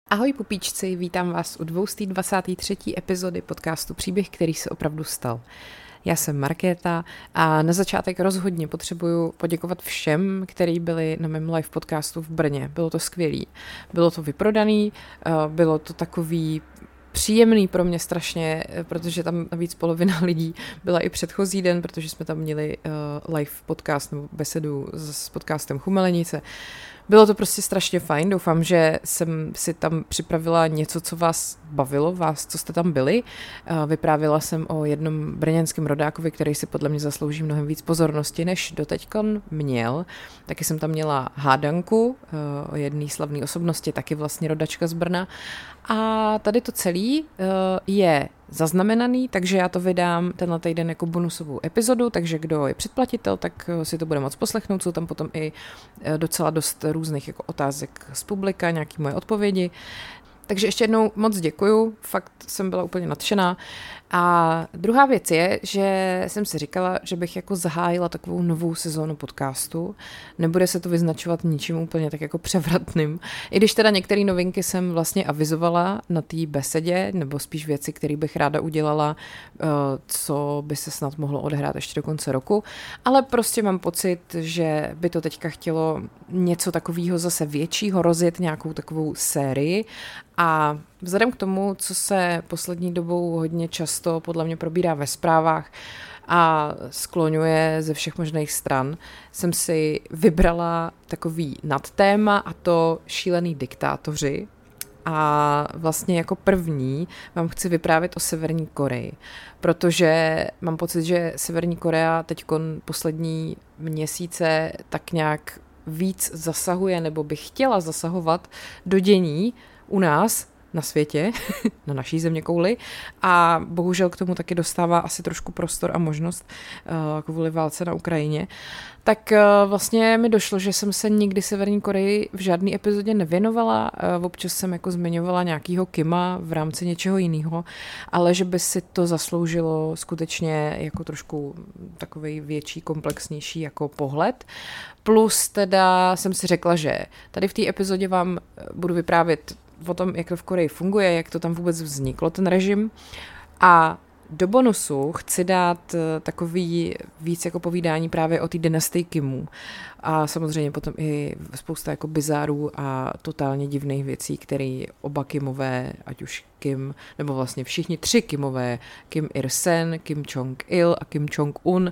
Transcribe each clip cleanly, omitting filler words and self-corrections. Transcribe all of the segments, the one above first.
Ahoj pupíčci, vítám vás u 223. epizody podcastu Příběh, který se opravdu stal. Já jsem Markéta a na začátek rozhodně potřebuju poděkovat všem, kteří byli na mém live podcastu v Brně. Bylo to skvělý. Bylo to vyprodaný, bylo to takový příjemný pro mě strašně, protože tam navíc polovina lidí byla i předchozí den, protože jsme tam měli live podcast nebo besedu s podcastem Chumelenice. Bylo to prostě strašně fajn, doufám, že jsem si tam připravila něco, co vás bavilo, vás, co jste tam byli. Vyprávěla jsem o jednom brněnském rodákovi, který si podle mě zaslouží mnohem víc pozornosti, než doteďkon měl. Taky jsem tam měla hádanku o jedné slavné osobnosti, taky vlastně rodačka z Brna. A tady to celé je zaznamenaný, takže já to vydám tenhle týden jako bonusovou epizodu, takže kdo je předplatitel, tak si to bude moc poslechnout, jsou tam potom i docela dost různých jako otázek z publika, nějaké moje odpovědi. Takže ještě jednou moc děkuju, fakt jsem byla úplně nadšená. A druhá věc je, že jsem si říkala, že bych jako zahájila takovou novou sezónu podcastu. Nebude se to vyznačovat ničím úplně tak jako převratným. I když teda některé novinky jsem vlastně avizovala na té besedě, nebo spíš věci, které bych ráda udělala, co by se snad mohlo odehrát ještě do konce roku. Ale prostě mám pocit, že by to teďka chtělo něco takového zase většího, rozjet nějakou takovou sérii. A vzhledem k tomu, co se poslední dobou hodně často podle mě probírá ve zprávách a skloňuje ze všech možných stran, jsem si vybrala takový nadtéma, a to šílený diktátoři. A vlastně jako první vám chci vyprávět o Severní Koreji, protože mám pocit, že Severní Korea teďkon poslední měsíce tak nějak víc zasahuje, nebo by chtěla zasahovat do dění u nás na světě, na naší zeměkouli, a bohužel k tomu taky dostává asi trošku prostor a možnost kvůli válce na Ukrajině. Tak vlastně mi došlo, že jsem se nikdy Severní Koreji v žádné epizodě nevěnovala, občas jsem jako zmiňovala nějakýho Kima v rámci něčeho jiného, ale že by si to zasloužilo skutečně jako trošku takovej větší, komplexnější jako pohled. Plus teda jsem si řekla, že tady v té epizodě vám budu vyprávět o tom, jak to v Koreji funguje, jak to tam vůbec vzniklo, ten režim. A do bonusu chci dát takový víc jako povídání právě o té dynastii Kimů. A samozřejmě potom i spousta jako bizárů a totálně divných věcí, které oba Kimové, ať už Kim, nebo vlastně všichni tři Kimové, Kim Il-sen, Kim Jong-il a Kim Jong-un,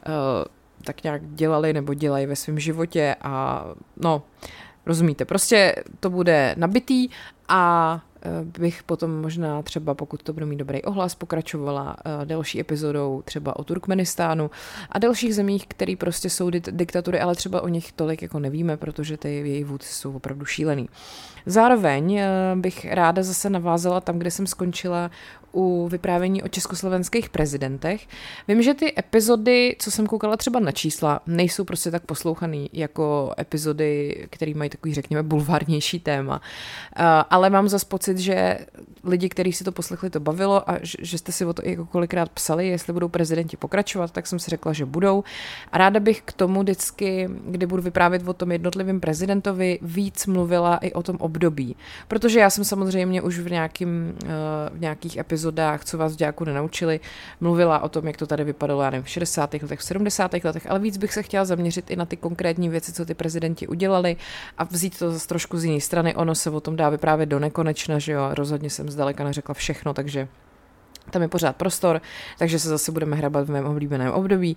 tak nějak dělali nebo dělají ve svém životě a no, rozumíte, prostě to bude nabitý a bych potom možná třeba, pokud to bude mít dobrý ohlas, pokračovala další epizodou třeba o Turkmenistánu a dalších zemích, které prostě jsou diktatury, ale třeba o nich tolik jako nevíme, protože ty jejich vůdci jsou opravdu šílený. Zároveň bych ráda zase navázala tam, kde jsem skončila u vyprávění o československých prezidentech. Vím, že ty epizody, co jsem koukala třeba na čísla, nejsou prostě tak poslouchaný jako epizody, které mají takový, řekněme, bulvárnější téma. Ale mám zas pocit, že lidi, kteří si to poslechli, to bavilo a že jste si o to i jako kolikrát psali, jestli budou prezidenti pokračovat, tak jsem si řekla, že budou. A ráda bych k tomu vždycky, kdy budu vyprávět o tom jednotlivém prezidentovi, víc mluvila i o tom období. Protože já jsem samozřejmě už v nějakých epizodách, co vás v dějáku nenaučili, mluvila o tom, jak to tady vypadalo, já nevím, v 60. letech, v 70. letech, ale víc bych se chtěla zaměřit i na ty konkrétní věci, co ty prezidenti udělali a vzít to zase trošku z jiné strany. Ono se o tom dá vyprávět do nekonečna, že jo, rozhodně jsem zdaleka neřekla všechno, takže tam je pořád prostor, takže se zase budeme hrabat v mém oblíbeném období.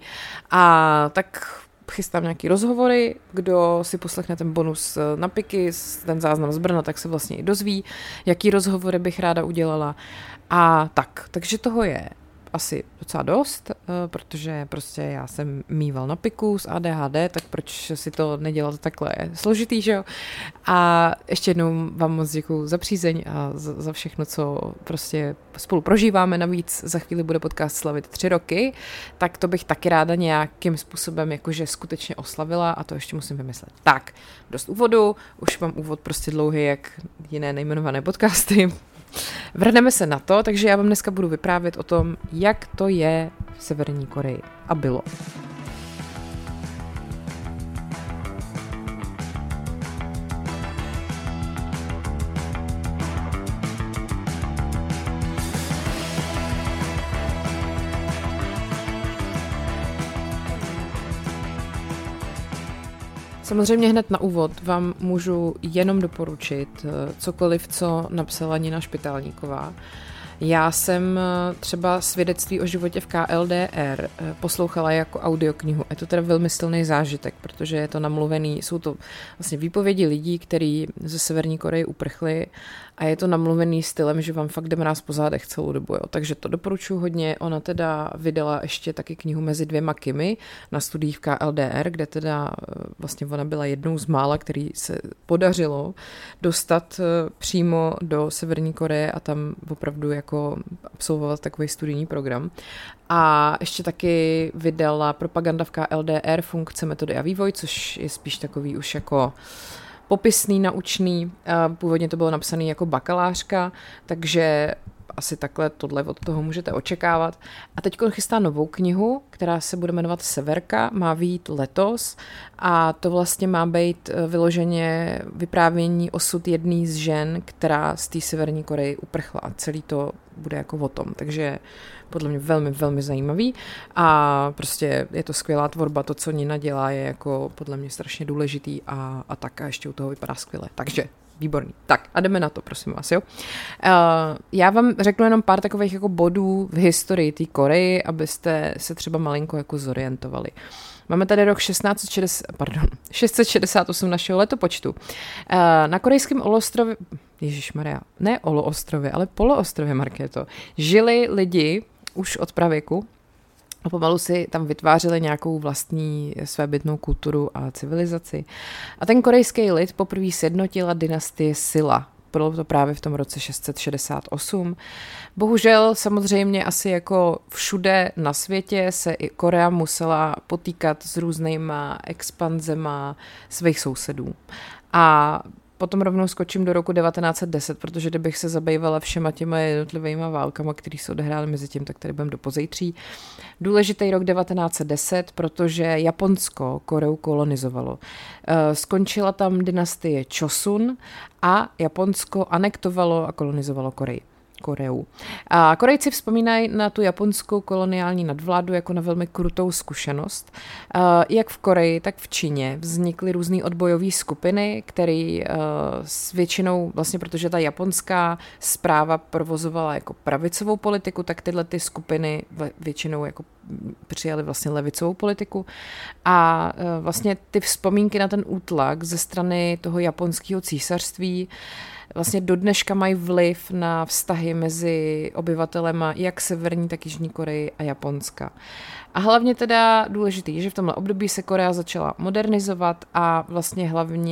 A tak chystám nějaký rozhovory, kdo si poslechne ten bonus na piky, ten záznam z Brna, tak se vlastně i dozví, jaký rozhovory bych ráda udělala. A takže toho je asi docela dost, protože prostě já jsem mýval na piku s ADHD, tak proč si to nedělat takhle složitý, že jo? A ještě jednou vám moc děkuju za přízeň a za všechno, co prostě spolu prožíváme. Navíc za chvíli bude podcast slavit 3 roky, tak to bych taky ráda nějakým způsobem jakože skutečně oslavila a to ještě musím vymyslet. Tak, dost úvodu, už mám úvod prostě dlouhý, jak jiné nejmenované podcasty. Vrhneme se na to, takže já vám dneska budu vyprávět o tom, jak to je v Severní Koreji a bylo. Samozřejmě hned na úvod vám můžu jenom doporučit cokoliv, co napsala Nina Špitálníková. Já jsem třeba svědectví o životě v KLDR poslouchala jako audioknihu. Je to teda velmi silný zážitek, protože je to namluvený, jsou to vlastně výpovědi lidí, kteří ze Severní Koreje uprchli a je to namluvený stylem, že vám fakt jde mráz po zádech celou dobu. Jo. Takže to doporučuji hodně. Ona teda vydala ještě taky knihu Mezi dvěma Kimi na studiích v KLDR, kde teda vlastně ona byla jednou z mála, který se podařilo dostat přímo do Severní Koreje a tam opravdu jako absolvovat takový studijní program. A ještě taky vydala Propaganda v KLDR, funkce, metody a vývoj, což je spíš takový už jako popisný, naučný. Původně to bylo napsané jako bakalářka, takže asi takhle tohle od toho můžete očekávat. A teď chystá novou knihu, která se bude jmenovat Severka, má vyjít letos a to vlastně má být vyloženě vyprávění osud jedné z žen, která z té Severní Koreji uprchla a celý to bude jako o tom. Takže podle mě velmi, velmi zajímavý a prostě je to skvělá tvorba, to, co Nina dělá, je jako podle mě strašně důležitý a tak a ještě u toho vypadá skvěle. Takže výborný. Tak a jdeme na to, prosím vás, jo. Já vám řeknu jenom pár takových jako bodů v historii té Koreji, abyste se třeba malinko jako zorientovali. Máme tady rok 668 našeho letopočtu. Na korejském oloostrově, ježišmarja, ne oloostrově, ale poloostrově, Markéto, žili lidi už od pravěku a pomalu si tam vytvářeli nějakou vlastní svébytnou kulturu a civilizaci. A ten korejský lid poprvé sjednotila dynastie Silla. Bylo to právě v tom roce 668. Bohužel samozřejmě asi jako všude na světě se i Korea musela potýkat s různýma expanzema svých sousedů. A potom rovnou skočím do roku 1910, protože kdybych se zabývala všema těma jednotlivýma válkama, které se odehrály mezi tím, tak tady budeme do pozejtří. Důležitý rok 1910, protože Japonsko Koreu kolonizovalo. Skončila tam dynastie Chosun a Japonsko anektovalo a kolonizovalo Koreu. A Korejci vzpomínají na tu japonskou koloniální nadvládu jako na velmi krutou zkušenost. Jak v Koreji, tak v Číně vznikly různé odbojové skupiny, které s většinou, vlastně protože ta japonská správa provozovala jako pravicovou politiku, tak tyhle ty skupiny většinou jako přijali vlastně levicovou politiku a vlastně ty vzpomínky na ten útlak ze strany toho japonského císařství vlastně do dneška mají vliv na vztahy mezi obyvatelema jak Severní, tak Jižní Koreji a Japonska. A hlavně teda důležitý, že v tomhle období se Korea začala modernizovat a vlastně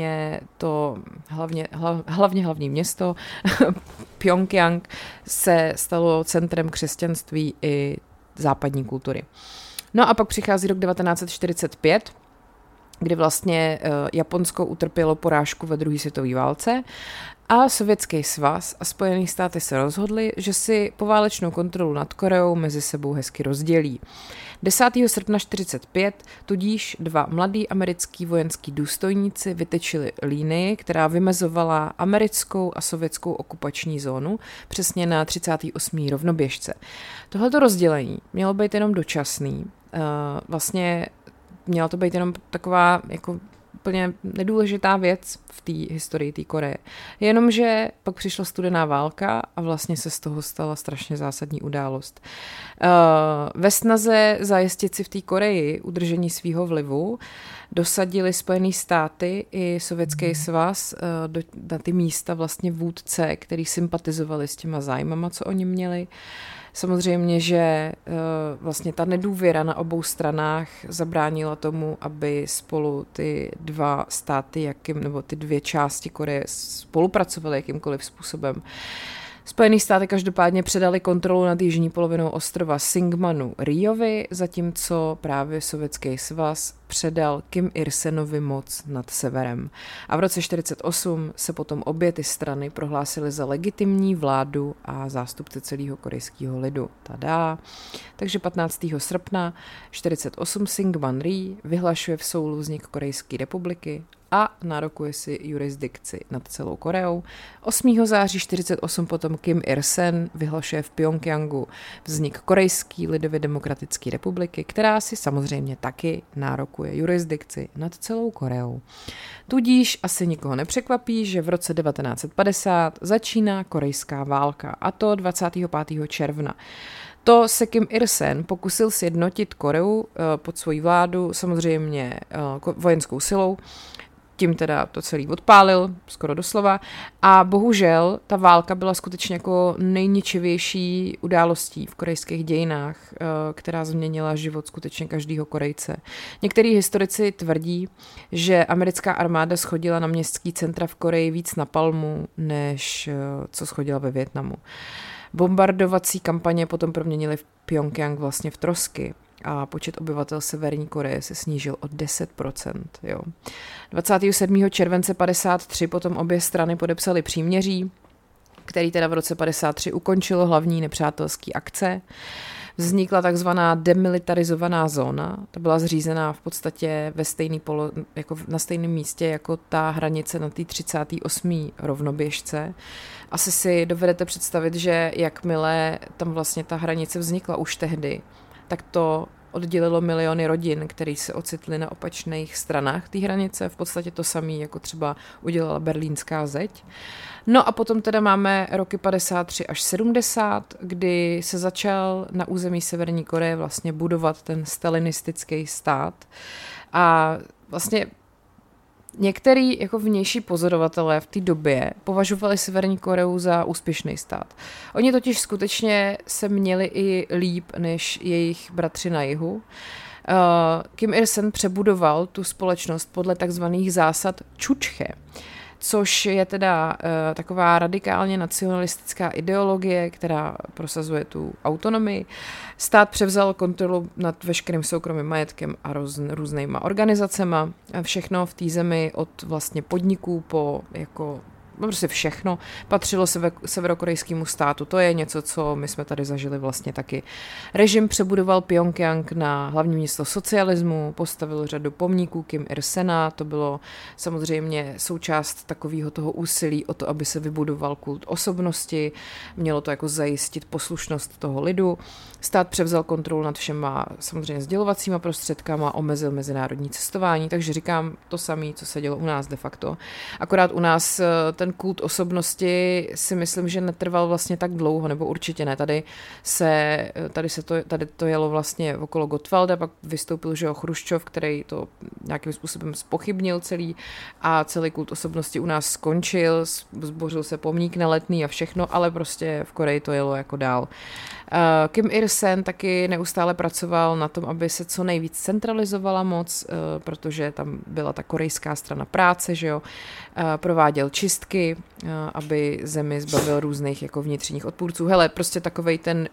hlavní město Pjongjang se stalo centrem křesťanství i západní kultury. No a pak přichází rok 1945, kdy vlastně Japonsko utrpělo porážku ve druhé světové válce a Sovětský svaz a Spojené státy se rozhodly, že si poválečnou kontrolu nad Koreou mezi sebou hezky rozdělí. 10. srpna 1945 tudíž dva mladí americký vojenský důstojníci vytyčili línii, která vymezovala americkou a sovětskou okupační zónu přesně na 38. rovnoběžce. Tohleto rozdělení mělo být jenom dočasný. Vlastně měla to být jenom taková jako úplně nedůležitá věc v té historii té Koreje. Jenomže pak přišla studená válka a vlastně se z toho stala strašně zásadní událost. Ve snaze zajistit si v té Koreji udržení svého vlivu dosadili Spojené státy i Sovětský svaz na ty místa vlastně vůdce, který sympatizovali s těma zájmama, co oni měli. Samozřejmě, že vlastně ta nedůvěra na obou stranách zabránila tomu, aby spolu ty dva státy, nebo ty dvě části Koreje spolupracovaly jakýmkoliv způsobem. Spojené státy každopádně předali kontrolu nad jižní polovinou ostrova Singmanu Riovi, zatímco právě Sovětský svaz předal Kim Il-senovi moc nad severem. A v roce 1948 se potom obě ty strany prohlásily za legitimní vládu a zástupce celého korejského lidu. Tada! Takže 15. srpna 1948 Syngman Rhee vyhlašuje v Soulu vznik Korejské republiky a nárokuje si jurisdikci nad celou Koreou. 8. září 1948 potom Kim Il-sen vyhlašuje v Pjongjangu vznik Korejské lidově demokratické republiky, která si samozřejmě taky nárokuje zahorkuje jurisdikci nad celou Koreou. Tudíž asi nikoho nepřekvapí, že v roce 1950 začíná korejská válka, a to 25. června. To se Kim Il-sen pokusil sjednotit Koreu pod svoji vládu, samozřejmě vojenskou silou, tím teda to celý odpálil, skoro doslova, a bohužel ta válka byla skutečně jako nejničivější událostí v korejských dějinách, která změnila život skutečně každého Korejce. Některý historici tvrdí, že americká armáda schodila na městský centra v Koreji víc napalmu, než co schodila ve Vietnamu. Bombardovací kampaně potom proměnily v Pjongjang vlastně v trosky a počet obyvatel Severní Koreje se snížil o 10%. Jo. 27. července 1953 potom obě strany podepsaly příměří, který teda v roce 1953 ukončilo hlavní nepřátelské akce. Vznikla takzvaná demilitarizovaná zóna, ta byla zřízená v podstatě jako na stejném místě jako ta hranice na té 38. rovnoběžce. Asi si dovedete představit, že jakmile tam vlastně ta hranice vznikla už tehdy, tak to oddělilo miliony rodin, které se ocitly na opačných stranách té hranice, v podstatě to samé, jako třeba udělala berlínská zeď. No a potom teda máme roky 53 až 70, kdy se začal na území Severní Koreje vlastně budovat ten stalinistický stát a vlastně některý jako vnější pozorovatelé v té době považovali Severní Koreu za úspěšný stát. Oni totiž skutečně se měli i líp než jejich bratři na jihu. Kim Il-sen přebudoval tu společnost podle takzvaných zásad Čučche, což je teda taková radikálně nacionalistická ideologie, která prosazuje tu autonomii. Stát převzal kontrolu nad veškerým soukromým majetkem a různýma organizacema. Všechno v té zemi od vlastně podniků po jako prostě všechno patřilo severokorejskému státu. To je něco, co my jsme tady zažili vlastně taky. Režim přebudoval Pjongjang na hlavní město socialismu, postavil řadu pomníků Kim Il-sena, to bylo samozřejmě součást takového toho úsilí o to, aby se vybudoval kult osobnosti, mělo to jako zajistit poslušnost toho lidu. Stát převzal kontrolu nad všema samozřejmě sdělovacíma prostředkama, omezil mezinárodní cestování, takže říkám to samé, co se dělo u nás de facto. Akorát u nás ten kult osobnosti si myslím, že netrval vlastně tak dlouho, nebo určitě ne. Tady to jelo vlastně okolo Gottwalda, pak vystoupil, že Chruščov, který to nějakým způsobem zpochybnil celý a celý kult osobnosti u nás skončil, zbořil se pomník na Letný a všechno, ale prostě v Koreji to jelo jako dál. Kim Il-sen taky neustále pracoval na tom, aby se co nejvíc centralizovala moc, protože tam byla ta korejská strana práce, že jo, prováděl čistky, aby zemi zbavil různých jako vnitřních odpůrců. Hele, prostě takovej ten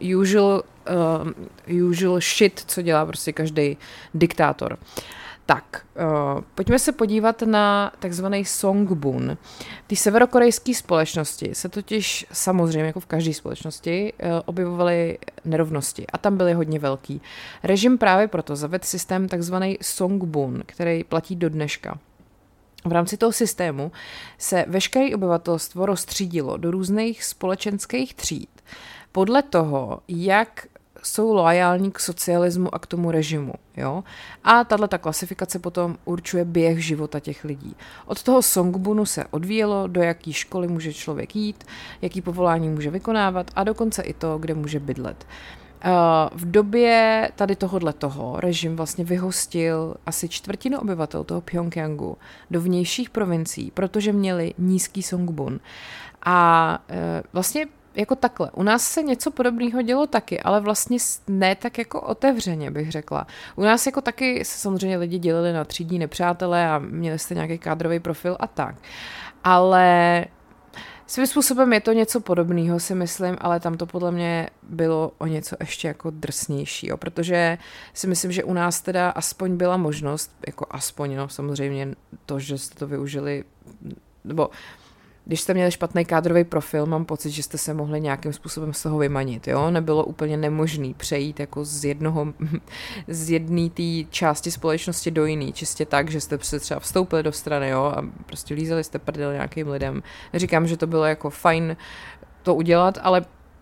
usual shit, co dělá prostě každý diktátor. Tak, pojďme se podívat na takzvaný Songbun. Ty severokorejské společnosti se totiž samozřejmě, jako v každé společnosti, objevovaly nerovnosti a tam byly hodně velký. Režim právě proto zavedl systém takzvaný Songbun, který platí do dneška. V rámci toho systému se veškeré obyvatelstvo roztřídilo do různých společenských tříd podle toho, jak jsou loajální k socialismu a k tomu režimu. Jo? A tato klasifikace potom určuje běh života těch lidí. Od toho Songbunu se odvíjelo, do jaký školy může člověk jít, jaký povolání může vykonávat a dokonce i to, kde může bydlet. V době tady toho režim vlastně vyhostil asi čtvrtinu obyvatel toho Pjongjangu do vnějších provincií, protože měli nízký Songbun. A vlastně jako takhle. U nás se něco podobného dělo taky, ale vlastně ne tak jako otevřeně, bych řekla. U nás jako taky se samozřejmě lidi dělili na třídní nepřátelé a měli jste nějaký kádrový profil a tak. Ale svým způsobem je to něco podobného, si myslím, ale tam to podle mě bylo o něco ještě jako drsnější, jo, protože si myslím, že u nás teda aspoň byla možnost, jako aspoň, no samozřejmě to, že jste to využili, nebo když jste měli špatný kádrový profil, mám pocit, že jste se mohli nějakým způsobem z toho vymanit, jo? Nebylo úplně nemožný přejít jako z jedné té části společnosti do jiné, čistě tak, že jste třeba vstoupili do strany, jo? A prostě lízali jste prdel nějakým lidem. Neříkám, že to bylo jako fajn to udělat, ale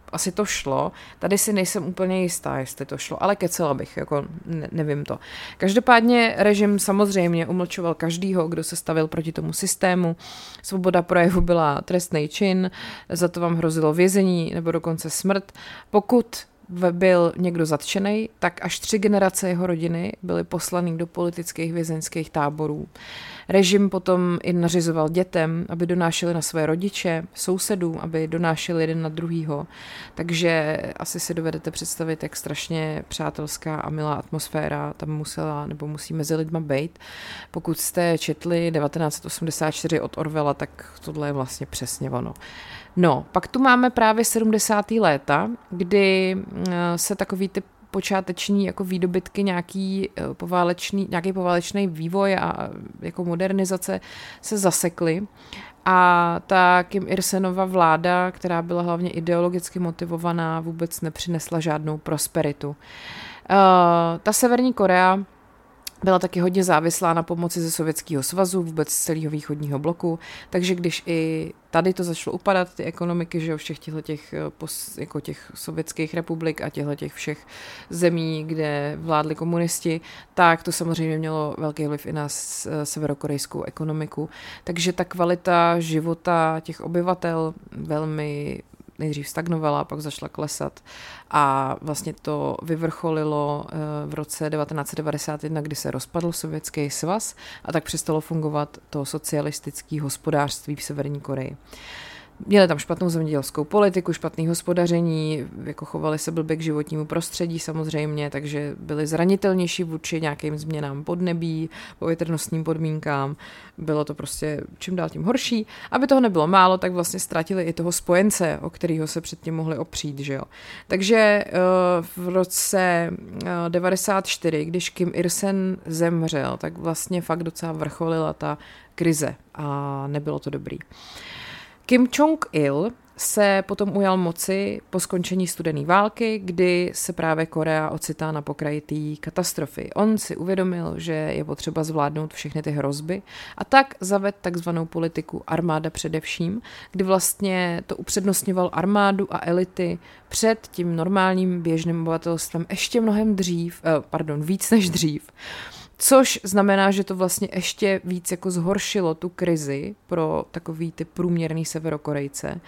asi to šlo. Tady si nejsem úplně jistá, jestli to šlo, ale kecela bych, jako nevím to. Každopádně režim samozřejmě umlčoval každýho, kdo se stavil proti tomu systému. Svoboda projevu byla trestný čin, za to vám hrozilo vězení nebo dokonce smrt. Pokud byl někdo zatčený, tak až 3 generace jeho rodiny byly poslaný do politických vězeňských táborů. Režim potom i nařizoval dětem, aby donášeli na své rodiče, sousedům, aby donášeli jeden na druhýho. Takže asi si dovedete představit, jak strašně přátelská a milá atmosféra tam musela nebo musí mezi lidma být. Pokud jste četli 1984 od Orwella, tak tohle je vlastně přesně ono. No, pak tu máme právě 70. léta, kdy se takový ty počáteční jako výdobytky nějaký poválečný vývoj a jako modernizace se zasekly. A ta Kim Il-senova vláda, která byla hlavně ideologicky motivovaná, vůbec nepřinesla žádnou prosperitu. Ta Severní Korea byla taky hodně závislá na pomoci ze Sovětského svazu, vůbec z celého východního bloku, takže když i tady to začalo upadat, ty ekonomiky, že všech těch jako těch sovětských republik a těch všech zemí, kde vládli komunisti, tak to samozřejmě mělo velký vliv i na severokorejskou ekonomiku. Takže ta kvalita života těch obyvatel velmi nejdřív stagnovala, pak začala klesat a vlastně to vyvrcholilo v roce 1991, kdy se rozpadl Sovětský svaz a tak přestalo fungovat to socialistické hospodářství v Severní Koreji. Měli tam špatnou zemědělskou politiku, špatné hospodaření, jako chovali se blbě k životnímu prostředí samozřejmě, takže byli zranitelnější vůči nějakým změnám podnebí, povětrnostním podmínkám. Bylo to prostě čím dál tím horší. Aby toho nebylo málo, tak vlastně ztratili i toho spojence, o kterého se předtím mohli opřít. Že jo? Takže v roce 94, když Kim Il-sen zemřel, tak vlastně fakt docela vrcholila ta krize a nebylo to dobrý. Kim Jong-il se potom ujal moci po skončení studené války, kdy se právě Korea ocitá na pokraji té katastrofy. On si uvědomil, že je potřeba zvládnout všechny ty hrozby a tak zavedl takzvanou politiku armáda především, kdy vlastně to upřednostňoval armádu a elity před tím normálním běžným obyvatelstvem ještě mnohem víc než dřív. Což znamená, že to vlastně ještě víc jako zhoršilo tu krizi pro takový ty průměrný Severokorejce.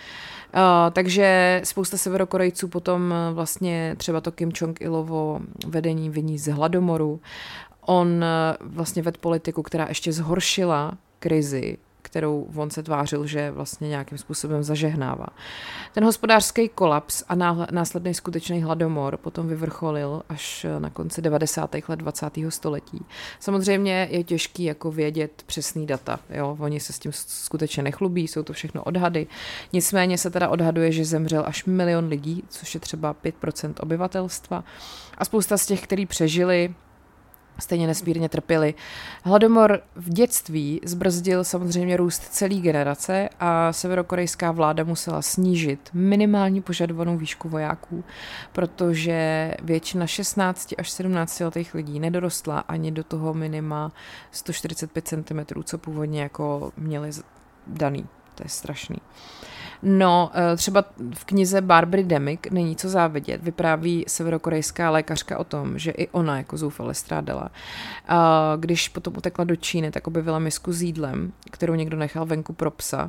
Takže spousta Severokorejců potom vlastně třeba to Kim Jong-ilovo vedení viní z hladomoru. On vlastně vedl politiku, která ještě zhoršila krizi, kterou on se tvářil, že vlastně nějakým způsobem zažehnává. Ten hospodářský kolaps a následný skutečný hladomor potom vyvrcholil až na konci 90. let 20. století. Samozřejmě je těžký jako vědět přesný data. Jo? Oni se s tím skutečně nechlubí, jsou to všechno odhady. Nicméně se teda odhaduje, že zemřel až 1 milion lidí, což je třeba 5% obyvatelstva. A spousta z těch, kteří přežili, stejně nesmírně trpěli. Hladomor v dětství zbrzdil samozřejmě růst celé generace a severokorejská vláda musela snížit minimální požadovanou výšku vojáků, protože většina 16 až 17 letých lidí nedorostla ani do toho minima 145 cm, co původně jako měli daný. To je strašný. No, třeba v knize Barbary Demick Není co závidět vypráví severokorejská lékařka o tom, že i ona jako zoufale strádala. Když potom utekla do Číny, tak objevila misku s jídlem, kterou někdo nechal venku pro psa.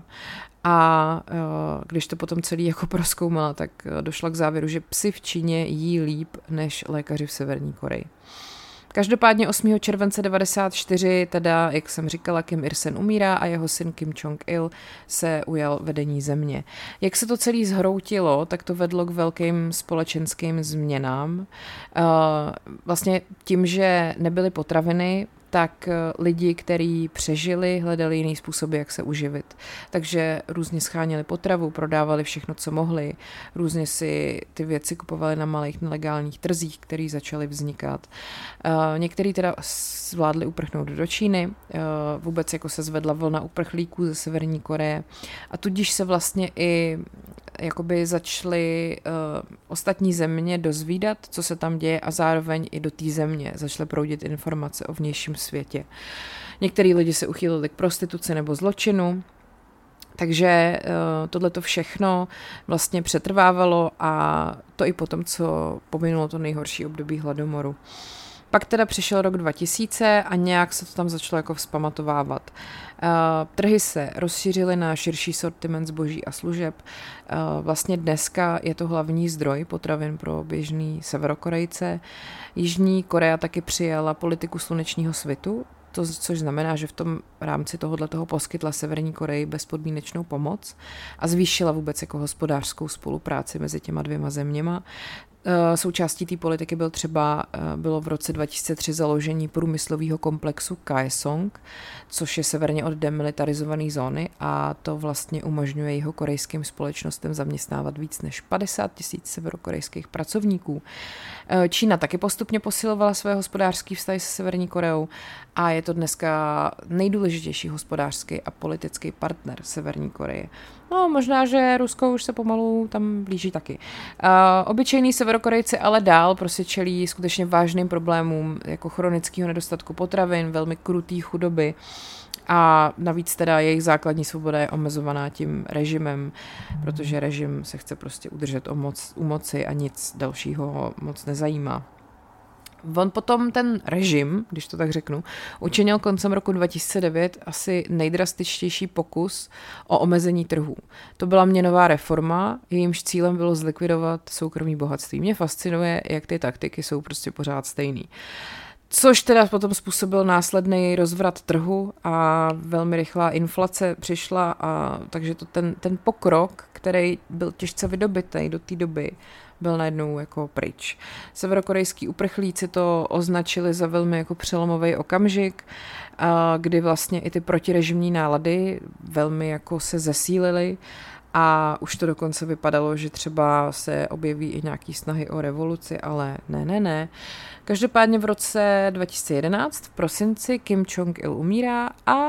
A když to potom celý jako prozkoumala, tak došla k závěru, že psi v Číně jí líp než lékaři v Severní Koreji. Každopádně 8. července 1994, teda, jak jsem říkala, Kim Il-sen umírá a jeho syn Kim Jong-il se ujal vedení země. Jak se to celé zhroutilo, tak to vedlo k velkým společenským změnám. Vlastně tím, že nebyly potraviny, tak lidi, kteří přežili, hledali jiný způsoby, jak se uživit. Takže různě scháněli potravu, prodávali všechno, co mohli, různě si ty věci kupovali na malých nelegálních trzích, které začaly vznikat. Někteří teda zvládli uprchnout do Číny, vůbec jako se zvedla vlna uprchlíků ze Severní Koreje a tudíž se vlastně i jakoby začaly ostatní země dozvídat, co se tam děje a zároveň i do té země začaly proudit informace o vnějším světě. Některý lidi se uchýlili k prostituci nebo zločinu, Takže tohleto všechno vlastně přetrvávalo a to i potom, co pominulo to nejhorší období hladomoru. Pak teda přišel rok 2000 a nějak se to tam začalo jako vzpamatovávat. Trhy se rozšířily na širší sortiment zboží a služeb. Vlastně dneska je to hlavní zdroj potravin pro běžný Severokorejce. Jižní Korea taky přijala politiku slunečního svitu, což znamená, že v tom rámci tohoto poskytla Severní Koreji bezpodmínečnou pomoc a zvýšila vůbec jako hospodářskou spolupráci mezi těma dvěma zeměma. Součástí té politiky bylo v roce 2003 založení průmyslového komplexu Kaesong, což je severně od demilitarizované zóny a to vlastně umožňuje jeho korejským společnostem zaměstnávat víc než 50 000 severokorejských pracovníků. Čína taky postupně posilovala své hospodářské vztahy se Severní Koreou a je to dneska nejdůležitější hospodářský a politický partner Severní Koreje. No, možná, že Rusko už se pomalu tam blíží taky. Obyčejní Severokorejci ale dál prostě čelí skutečně vážným problémům jako chronického nedostatku potravin, velmi krutý chudoby a navíc teda jejich základní svoboda je omezovaná tím režimem, protože režim se chce prostě udržet u moci a nic dalšího ho moc nezajímá. On potom ten režim, když to tak řeknu, učinil koncem roku 2009 asi nejdrastičtější pokus o omezení trhů. To byla měnová reforma, jejímž cílem bylo zlikvidovat soukromý bohatství. Mě fascinuje, jak ty taktiky jsou prostě pořád stejný. Což teda potom způsobil následný rozvrat trhu a velmi rychlá inflace přišla, takže ten pokrok, který byl těžce vydobitý do té doby, byl najednou jako pryč. Severokorejský uprchlíci to označili za velmi jako přelomový okamžik, kdy vlastně i ty protirežimní nálady velmi jako se zesílily a už to dokonce vypadalo, že třeba se objeví i nějaký snahy o revoluci, ale ne. Každopádně v roce 2011 v prosinci Kim Jong-il umírá a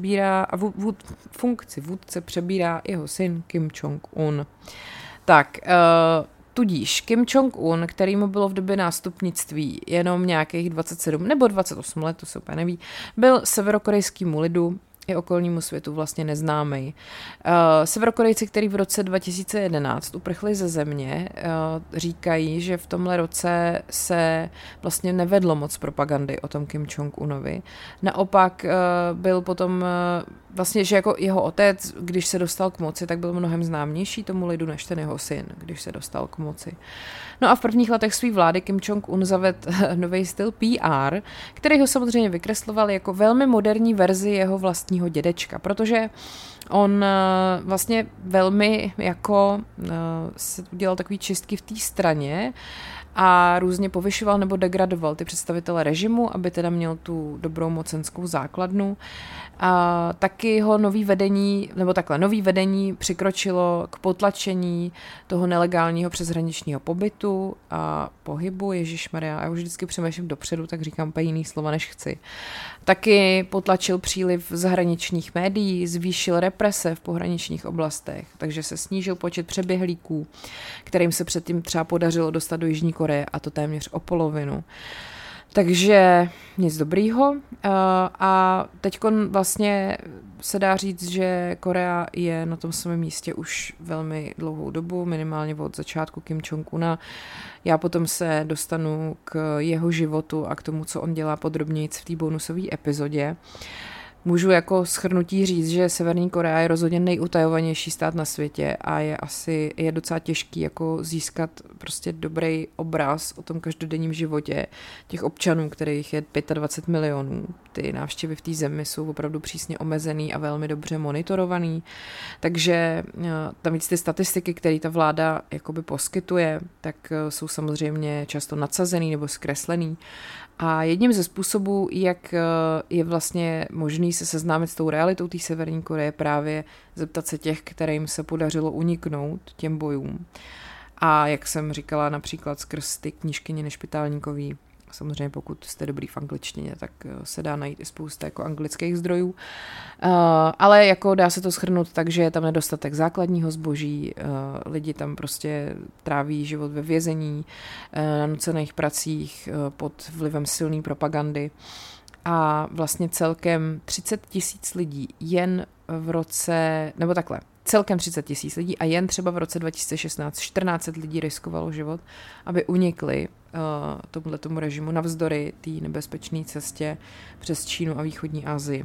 funkci vůdce přebírá jeho syn Kim Jong-un. Tak, tudíž Kim Jong-un, kterýmu bylo v době nástupnictví jenom nějakých 27 nebo 28 let, to se úplně neví, byl severokorejskému lidu i okolnímu světu vlastně neznámý. Severokorejci, kteří v roce 2011 uprchli ze země, říkají, že v tomhle roce se vlastně nevedlo moc propagandy o tom Kim Jong-unovi. Naopak byl potom vlastně, že jako jeho otec, když se dostal k moci, tak byl mnohem známější tomu lidu než ten jeho syn, když se dostal k moci. No a v prvních letech své vlády Kim Jong-un zavedl nový styl PR, který ho samozřejmě vykresloval jako velmi moderní verzi jeho vlastního dědečka, protože on vlastně velmi jako se udělal takový čistky v té straně a různě povyšoval nebo degradoval ty představitele režimu, aby teda měl tu dobrou mocenskou základnu. A taky ho nový vedení přikročilo k potlačení toho nelegálního přeshraničního pobytu a pohybu, ježišmarja, já už vždycky přemýšlím dopředu, tak říkám úplně jiný slova, než chci. Taky potlačil příliv zahraničních médií, zvýšil represe v pohraničních oblastech, takže se snížil počet přeběhlíků, kterým se předtím třeba podařilo dostat do Jižní Koreje, a to téměř o polovinu. Takže nic dobrýho a teď vlastně se dá říct, že Korea je na tom svém místě už velmi dlouhou dobu, minimálně od začátku Kim Jong-una. Já potom se dostanu k jeho životu a k tomu, co on dělá podrobněji v té bonusové epizodě. Můžu jako shrnutí říct, že Severní Korea je rozhodně nejutajovanější stát na světě a je docela těžký jako získat prostě dobrý obraz o tom každodenním životě těch občanů, kterých je 25 milionů. Ty návštěvy v té zemi jsou opravdu přísně omezený a velmi dobře monitorovaný, takže tam víc ty statistiky, které ta vláda jakoby poskytuje, tak jsou samozřejmě často nadsazený nebo zkreslený. A jedním ze způsobů, jak je vlastně možný se seznámit s tou realitou té Severní Koreje, právě zeptat se těch, kterým se podařilo uniknout těm bojům. A jak jsem říkala, například skrz ty knížkyně Nešpitálníkový, samozřejmě pokud jste dobrý v angličtině, tak se dá najít i spousta jako anglických zdrojů. Ale jako dá se to shrnout tak, že je tam nedostatek základního zboží, lidi tam prostě tráví život ve vězení, na nucených pracích pod vlivem silné propagandy. a vlastně celkem 30 000 lidí jen v roce, nebo takhle, celkem 30 000 lidí a jen třeba v roce 2016 1400 lidí riskovalo život, aby unikli tomu režimu navzdory té nebezpečné cestě přes Čínu a východní Asii.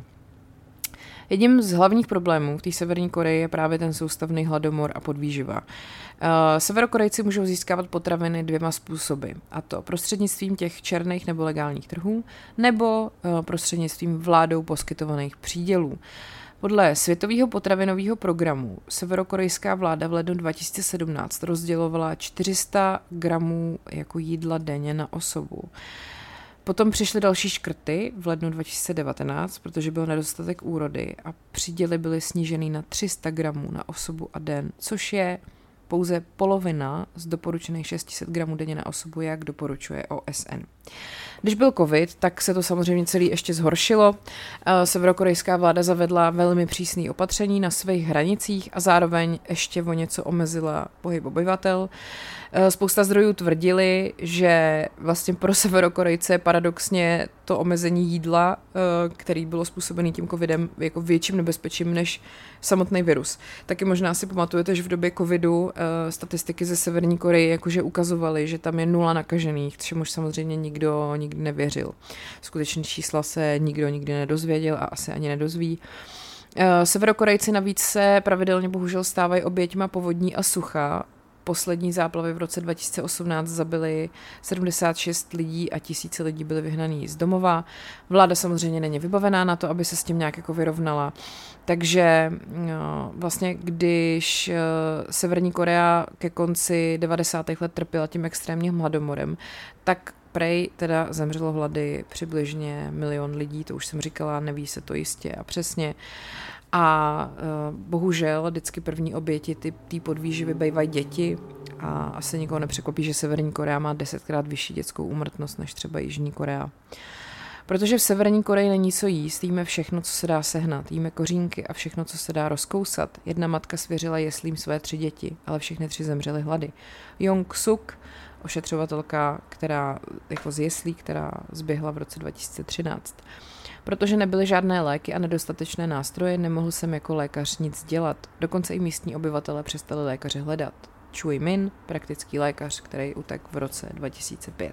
Jedním z hlavních problémů v té Severní Koreji je právě ten soustavný hladomor a podvýživa. Severokorejci můžou získávat potraviny 2 způsoby, a to prostřednictvím těch černých nebo legálních trhů, nebo prostřednictvím vládou poskytovaných přídělů. Podle Světového potravinového programu severokorejská vláda v lednu 2017 rozdělovala 400 gramů jako jídla denně na osobu. Potom přišly další škrty v lednu 2019, protože byl nedostatek úrody a příděly byly sníženy na 300 gramů na osobu a den, což je pouze polovina z doporučených 600 gramů denně na osobu, jak doporučuje OSN. Když byl covid, tak se to samozřejmě celý ještě zhoršilo. Severokorejská vláda zavedla velmi přísné opatření na svých hranicích a zároveň ještě o něco omezila pohyb obyvatel. Spousta zdrojů tvrdili, že vlastně pro Severokorejce paradoxně to omezení jídla, který bylo způsobený tím covidem, jako větším nebezpečím než samotný virus. Taky možná si pamatujete, že v době covidu statistiky ze Severní Koreje jakože ukazovaly, že tam je 0 nakažených, čemuž samozřejmě nikdo nikdy nevěřil. Skutečné čísla se nikdo nikdy nedozvěděl a asi ani nedozví. Severokorejci navíc se pravidelně bohužel stávají oběťma povodní a sucha. Poslední záplavy v roce 2018 zabily 76 lidí a tisíce lidí byly vyhnaný z domova. Vláda samozřejmě není vybavená na to, aby se s tím nějak jako vyrovnala. Takže vlastně když Severní Korea ke konci 90. let trpěla tím extrémním hladomorem, tak prej teda zemřelo hlady přibližně 1 milion lidí, to už jsem říkala, neví se to jistě a přesně. A bohužel vždycky první oběti té podvýživy bývají děti a asi nikoho nepřekvapí, že Severní Korea má 10krát vyšší dětskou úmrtnost než třeba Jižní Korea. Protože v Severní Koreji není co jíst, jíme všechno, co se dá sehnat, jíme kořínky a všechno, co se dá rozkousat. Jedna matka svěřila jeslím své 3 děti, ale všechny 3 zemřely hlady. Jong Suk, ošetřovatelka, která jako z jeslí, která zběhla v roce 2013. Protože nebyly žádné léky a nedostatečné nástroje, nemohl jsem jako lékař nic dělat. Dokonce i místní obyvatele přestali lékaře hledat. Choi Min, praktický lékař, který utekl v roce 2005.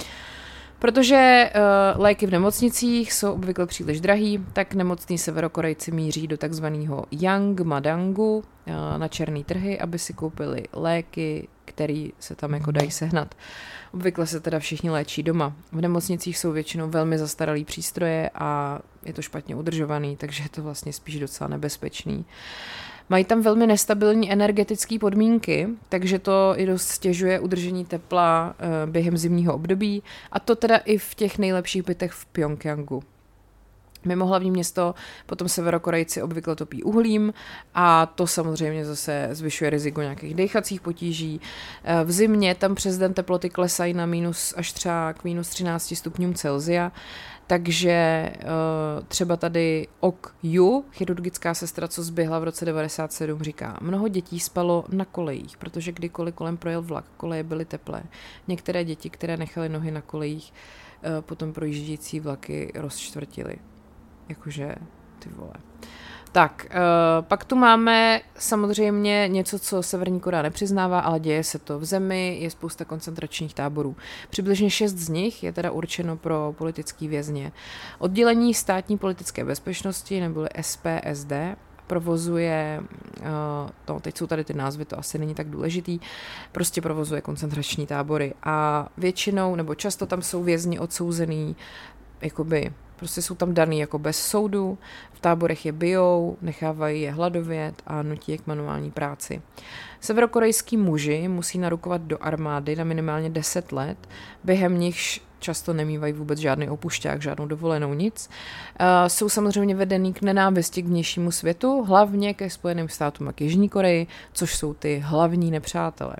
Protože léky v nemocnicích jsou obvykle příliš drahý, tak nemocní Severokorejci míří do takzvaného Yangmadangu na černý trhy, aby si koupili léky, které se tam jako dají sehnat. Obvykle se teda všichni léčí doma. V nemocnicích jsou většinou velmi zastaralý přístroje a je to špatně udržovaný, takže je to vlastně spíš docela nebezpečný. Mají tam velmi nestabilní energetické podmínky, takže to i dost stěžuje udržení tepla během zimního období, a to teda i v těch nejlepších bytech v Pjongjangu. Mimo hlavní město potom Severokorejci obvykle topí uhlím a to samozřejmě zase zvyšuje riziko nějakých dechacích potíží. V zimě tam přes den teploty klesají na minus až třeba k minus 13 stupňům Celsia, takže třeba tady Ok Yu, chirurgická sestra, co zběhla v roce 1997, říká: mnoho dětí spalo na kolejích, protože kdykoliv kolem projel vlak, koleje byly teplé. Některé děti, které nechaly nohy na kolejích, potom projíždějící vlaky rozčtvrtily. Jakože ty vole. Tak, pak tu máme samozřejmě něco, co Severní Korea nepřiznává, ale děje se to. V zemi je spousta koncentračních táborů. Přibližně 6 z nich je teda určeno pro politický vězně. Oddělení státní politické bezpečnosti, neboli SPSD, provozuje, teď jsou tady ty názvy, to asi není tak důležitý, prostě provozuje koncentrační tábory a většinou, nebo často tam jsou vězni odsouzený, jakoby prostě jsou tam daný jako bez soudu, v táborech je bijou, nechávají je hladovět a nutí je k manuální práci. Severokorejský muži musí narukovat do armády na minimálně 10 let, během nichž často nemývají vůbec žádný opušťák, žádnou dovolenou, nic. Jsou samozřejmě vedený k nenávisti k vnějšímu světu, hlavně ke Spojeným státům a k Jižní Koreji, což jsou ty hlavní nepřátelé.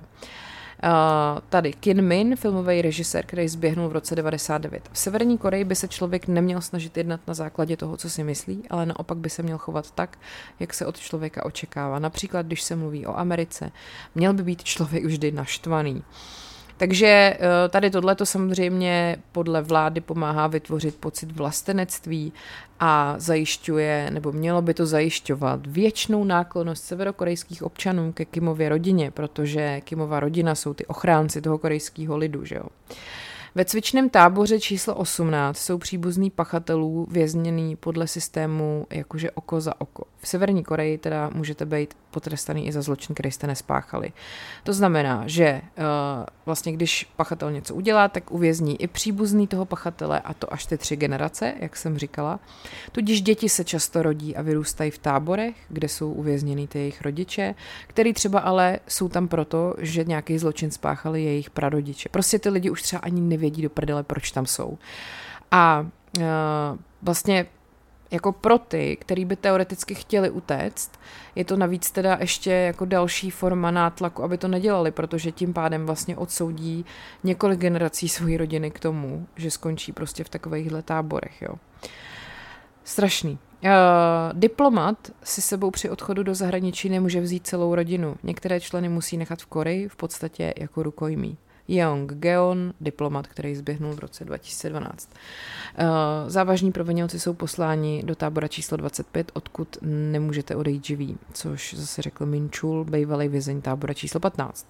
Tady Kim Min, filmový režisér, který zběhnul v roce 1999. V Severní Koreji by se člověk neměl snažit jednat na základě toho, co si myslí, ale naopak by se měl chovat tak, jak se od člověka očekává. Například, když se mluví o Americe, měl by být člověk vždy naštvaný. Takže tady tohleto samozřejmě podle vlády pomáhá vytvořit pocit vlastenectví a zajišťuje, nebo mělo by to zajišťovat věčnou náklonnost severokorejských občanů ke Kimově rodině, protože Kimova rodina jsou ty ochránci toho korejského lidu, že jo. Ve cvičném táboře číslo 18 jsou příbuzní pachatelů vězněný podle systému jakože oko za oko. V Severní Koreji teda můžete být potrestaný i za zločin, který jste nespáchali. To znamená, že vlastně když pachatel něco udělá, tak uvězní i příbuzný toho pachatele, a to až ty 3 generace, jak jsem říkala. Tudíž děti se často rodí a vyrůstají v táborech, kde jsou uvězněný ty jejich rodiče, který třeba ale jsou tam proto, že nějaký zločin spáchali jejich prarodiče. Prostě ty lidi už třeba ani nevědí do prdele, proč tam jsou. A vlastně jako pro ty, který by teoreticky chtěli utéct, je to navíc teda ještě jako další forma nátlaku, aby to nedělali, protože tím pádem vlastně odsoudí několik generací své rodiny k tomu, že skončí prostě v takovýchhle táborech, jo. Strašný. Diplomat si sebou při odchodu do zahraničí nemůže vzít celou rodinu. Některé členy musí nechat v Koreji v podstatě jako rukojmí. Jeong Geon, diplomat, který zběhnul v roce 2012. Závažní provinilci jsou posláni do tábora číslo 25, odkud nemůžete odejít živí, což zase řekl Min Chul, bývalý vězeň tábora číslo 15.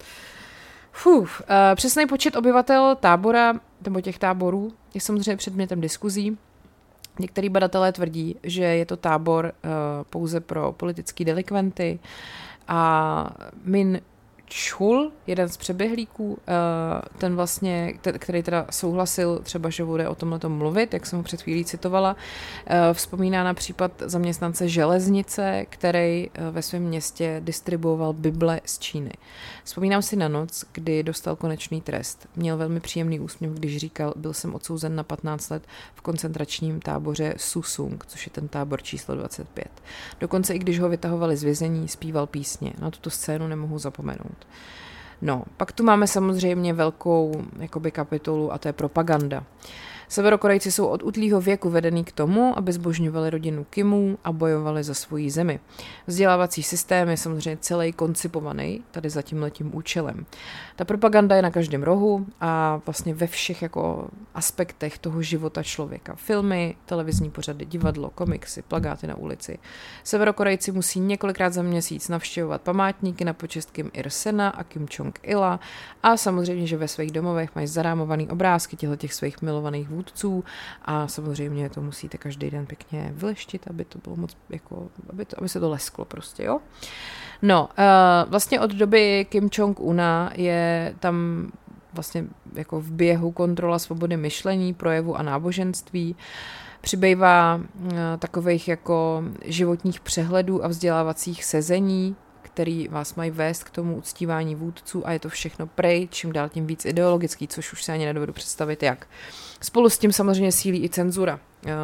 Přesný počet obyvatel tábora, nebo těch táborů, je samozřejmě předmětem diskuzí. Některý badatelé tvrdí, že je to tábor pouze pro politický delikventy a Min Chul, jeden z přeběhlíků, ten vlastně, který teda souhlasil třeba, že bude o tomhletom mluvit, jak jsem ho před chvílí citovala, vzpomíná na případ zaměstnance železnice, který ve svém městě distribuoval Bible z Číny. Vzpomínám si na noc, kdy dostal konečný trest. Měl velmi příjemný úsměv, když říkal, byl jsem odsouzen na 15 let v koncentračním táboře Susung, což je ten tábor číslo 25. Dokonce i když ho vytahovali z vězení, zpíval písně. Na tuto scénu nemohu zapomenout. No, pak tu máme samozřejmě velkou jakoby kapitolu a to je propaganda. Severokorejci jsou od útlýho věku vedený k tomu, aby zbožňovali rodinu Kimů a bojovali za svoji zemi. Vzdělávací systém je samozřejmě celý koncipovaný tady za tímhletím účelem. Ta propaganda je na každém rohu a vlastně ve všech jako aspektech toho života člověka. Filmy, televizní pořady, divadlo, komiksy, plakáty na ulici. Severokorejci musí několikrát za měsíc navštěvovat památníky na počest Kim Il-sena a Kim Jong-ila a samozřejmě, že ve svých domovech mají zarámovaný obrázky těch svých milovaných vůdců a samozřejmě to musíte každý den pěkně vyleštit, aby to bylo moc jako, aby se to lesklo prostě, jo. No, vlastně od doby Kim Jong-una je tam vlastně jako v běhu kontrola svobody myšlení, projevu a náboženství. Přibývá takových jako životních přehledů a vzdělávacích sezení, který vás mají vést k tomu uctívání vůdců a je to všechno prej, čím dál tím víc ideologický, což už se ani nedovedu představit jak. Spolu s tím samozřejmě sílí i cenzura.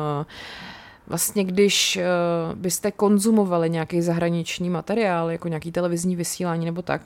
Vlastně když byste konzumovali nějaký zahraniční materiál, jako nějaký televizní vysílání nebo tak,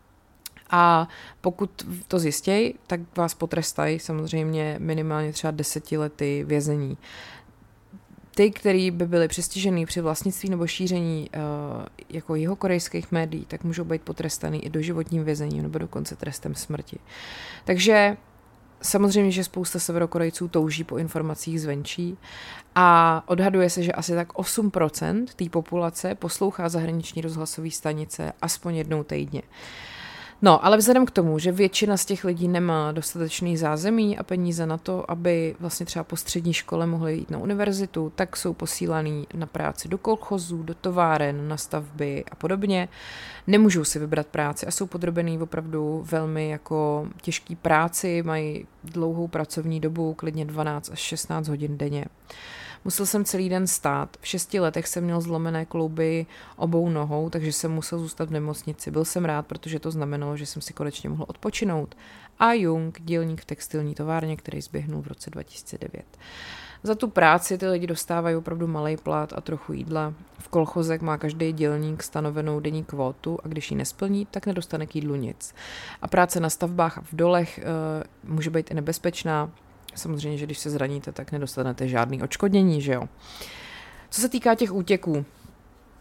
a pokud to zjistějí, tak vás potrestají samozřejmě minimálně třeba 10 lety vězení. Ty, který by byli přestižený při vlastnictví nebo šíření jako jihokorejských médií, tak můžou být potrestaný i doživotním vězením nebo dokonce trestem smrti. Takže samozřejmě, že spousta Severokorejců touží po informacích zvenčí a odhaduje se, že asi tak 8% té populace poslouchá zahraniční rozhlasové stanice aspoň jednou týdně. No, ale vzhledem k tomu, že většina z těch lidí nemá dostatečný zázemí a peníze na to, aby vlastně třeba po střední škole mohli jít na univerzitu, tak jsou posílaný na práci do kolchozů, do továren, na stavby a podobně. Nemůžou si vybrat práci a jsou podrobený opravdu velmi jako těžký práci, mají dlouhou pracovní dobu, klidně 12 až 16 hodin denně. Musel jsem celý den stát. V 6 letech jsem měl zlomené klouby obou nohou, takže jsem musel zůstat v nemocnici. Byl jsem rád, protože to znamenalo, že jsem si konečně mohl odpočinout. A Jung, dělník v textilní továrně, který zběhnul v roce 2009. Za tu práci ty lidi dostávají opravdu malej plat a trochu jídla. V kolchozech má každý dělník stanovenou denní kvótu a když ji nesplní, tak nedostane k jídlu nic. A práce na stavbách a v dolech může být i nebezpečná. Samozřejmě, že když se zraníte, tak nedostanete žádný odškodnění, že jo. Co se týká těch útěků,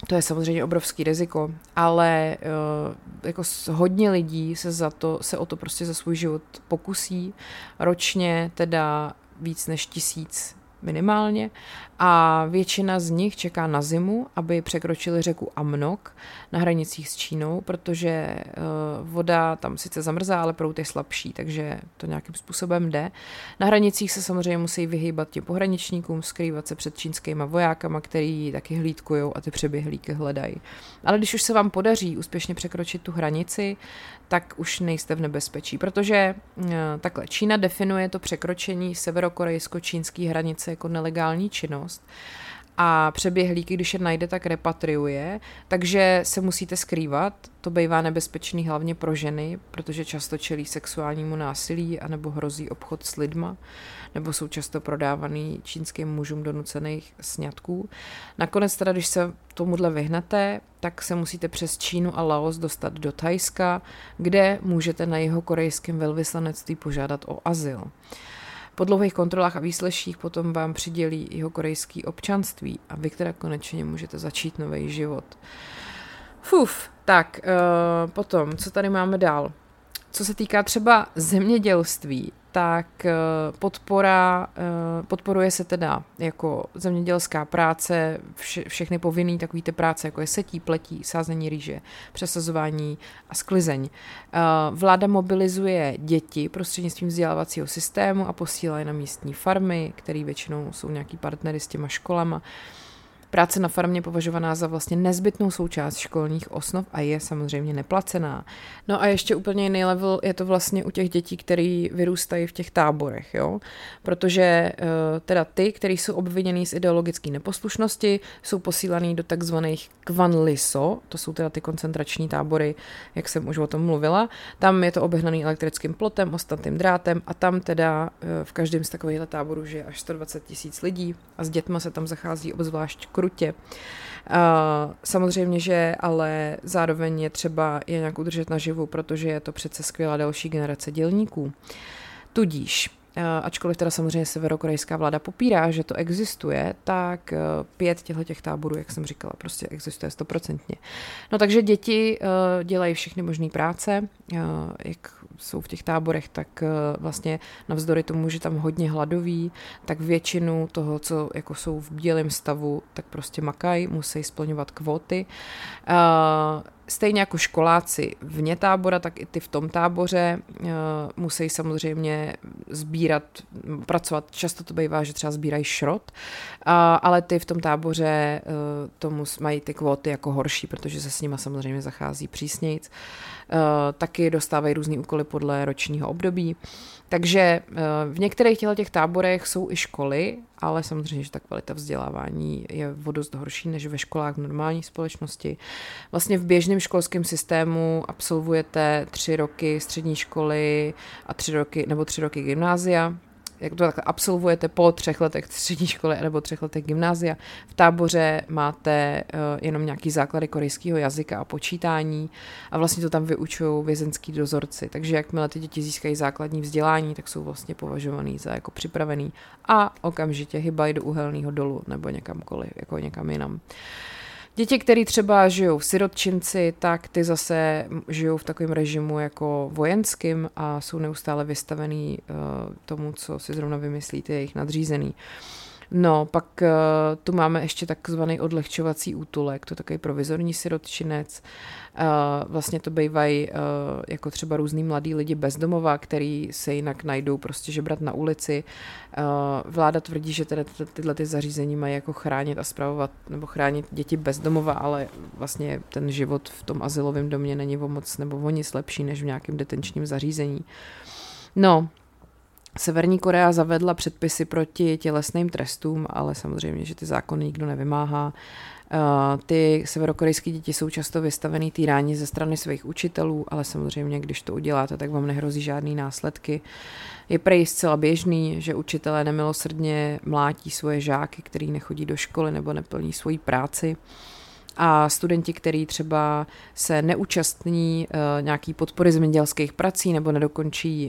To je samozřejmě obrovský riziko, ale jako hodně lidí se o to prostě za svůj život pokusí. Ročně teda víc než 1000 minimálně a většina z nich čeká na zimu, aby překročili řeku Amnok na hranicích s Čínou, protože voda tam sice zamrzá, ale proud je slabší, takže to nějakým způsobem jde. Na hranicích se samozřejmě musí vyhýbat těm pohraničníkům, skrývat se před čínskýma vojákama, který taky hlídkujou a ty přeběhlíky hledají. Ale když už se vám podaří úspěšně překročit tu hranici, tak už nejste v nebezpečí, protože takhle Čína definuje to překročení severokorejsko-čínské hranice jako nelegální činnost a přeběhlíky, když je najde, tak repatriuje, takže se musíte skrývat, to bývá nebezpečný hlavně pro ženy, protože často čelí sexuálnímu násilí anebo hrozí obchod s lidma, nebo jsou často prodávaný čínským mužům do nucených sňatků. Nakonec teda, když se tomuhle vyhnete, tak se musíte přes Čínu a Laos dostat do Thajska, kde můžete na jeho korejském velvyslanectví požádat o azyl. Po dlouhých kontrolách a výsleších potom vám přidělí jeho korejské občanství a vy teda konečně můžete začít nový život. Tak potom, co tady máme dál? Co se týká třeba zemědělství, tak podporuje se teda jako zemědělská práce, všechny povinný takový ty práce, jako je setí, pletí, sázení rýže, přesazování a sklizeň. Vláda mobilizuje děti prostřednictvím vzdělávacího systému a posílá je na místní farmy, které většinou jsou nějaký partnery s těma školama. Práce na farmě je považovaná za vlastně nezbytnou součást školních osnov a je samozřejmě neplacená. No a ještě úplně jiný level je to vlastně u těch dětí, které vyrůstají v těch táborech, jo? Protože teda ty, kteří jsou obvinění z ideologické neposlušnosti, jsou posílaný do takzvaných Kvanliso, to jsou teda ty koncentrační tábory, jak jsem už o tom mluvila. Tam je to obehnaný elektrickým plotem, ostnatým drátem a tam teda v každém z takovýchhle táborů žije až 120 000 lidí a s dětma se tam zachází obzvlášť krutě. Samozřejmě, že ale zároveň je třeba je nějak udržet naživu, protože je to přece skvělá další generace dělníků. Tudíž, ačkoliv teda samozřejmě severokorejská vláda popírá, že to existuje, tak 5 těch táborů, jak jsem říkala, prostě existuje 100%. No takže děti dělají všechny možné práce, jak jsou v těch táborech, tak vlastně navzdory tomu, že tam hodně hladoví, tak většinu toho, co jako jsou v bílém stavu, tak prostě makají, musí splňovat kvóty. Stejně jako školáci vně tábora, tak i ty v tom táboře musí samozřejmě pracovat. Často to bývá, že třeba sbírají šrot, ale ty v tom táboře mají ty kvóty jako horší, protože se s nima samozřejmě zachází přísnějc. Taky dostávají různý úkoly podle ročního období. Takže v některých těch táborech jsou i školy, ale samozřejmě, že ta kvalita vzdělávání je o dost horší než ve školách v normální společnosti. Vlastně v běžném školském systému absolvujete 3 roky střední školy a 3 roky gymnázia. Jak to takhle absolvujete po 3 letech střední školy nebo 3 letech gymnázia. V táboře máte jenom nějaký základy korejského jazyka a počítání a vlastně to tam vyučují vězenský dozorci. Takže jakmile ty děti získají základní vzdělání, tak jsou vlastně považovaný za jako připravený a okamžitě hybají do uhelného dolu nebo někamkoliv, jako někam jinam. Děti, které třeba žijou v sirotčinci, tak ty zase žijou v takovém režimu jako vojenským a jsou neustále vystavený tomu, co si zrovna vymyslíte, jejich nadřízený. No, pak tu máme ještě takzvaný odlehčovací útulek, to je takový provizorní sirotčinec. Vlastně to bývají jako třeba různý mladí lidi bezdomova, který se jinak najdou prostě žebrat na ulici. Vláda tvrdí, že teda tyhle ty zařízení mají jako chránit a spravovat nebo chránit děti bezdomova, ale vlastně ten život v tom azylovém domě není o moc nebo o nic lepší než v nějakém detenčním zařízení. No, Severní Korea zavedla předpisy proti tělesným trestům, ale samozřejmě, že ty zákony nikdo nevymáhá. Ty severokorejské děti jsou často vystavený týrání ze strany svých učitelů, ale samozřejmě, když to uděláte, tak vám nehrozí žádný následky. Je prej zcela běžný, že učitelé nemilosrdně mlátí svoje žáky, který nechodí do školy nebo neplní svoji práci. A studenti, kteří třeba se neúčastní nějaký podpory zemědělských prací nebo nedokončí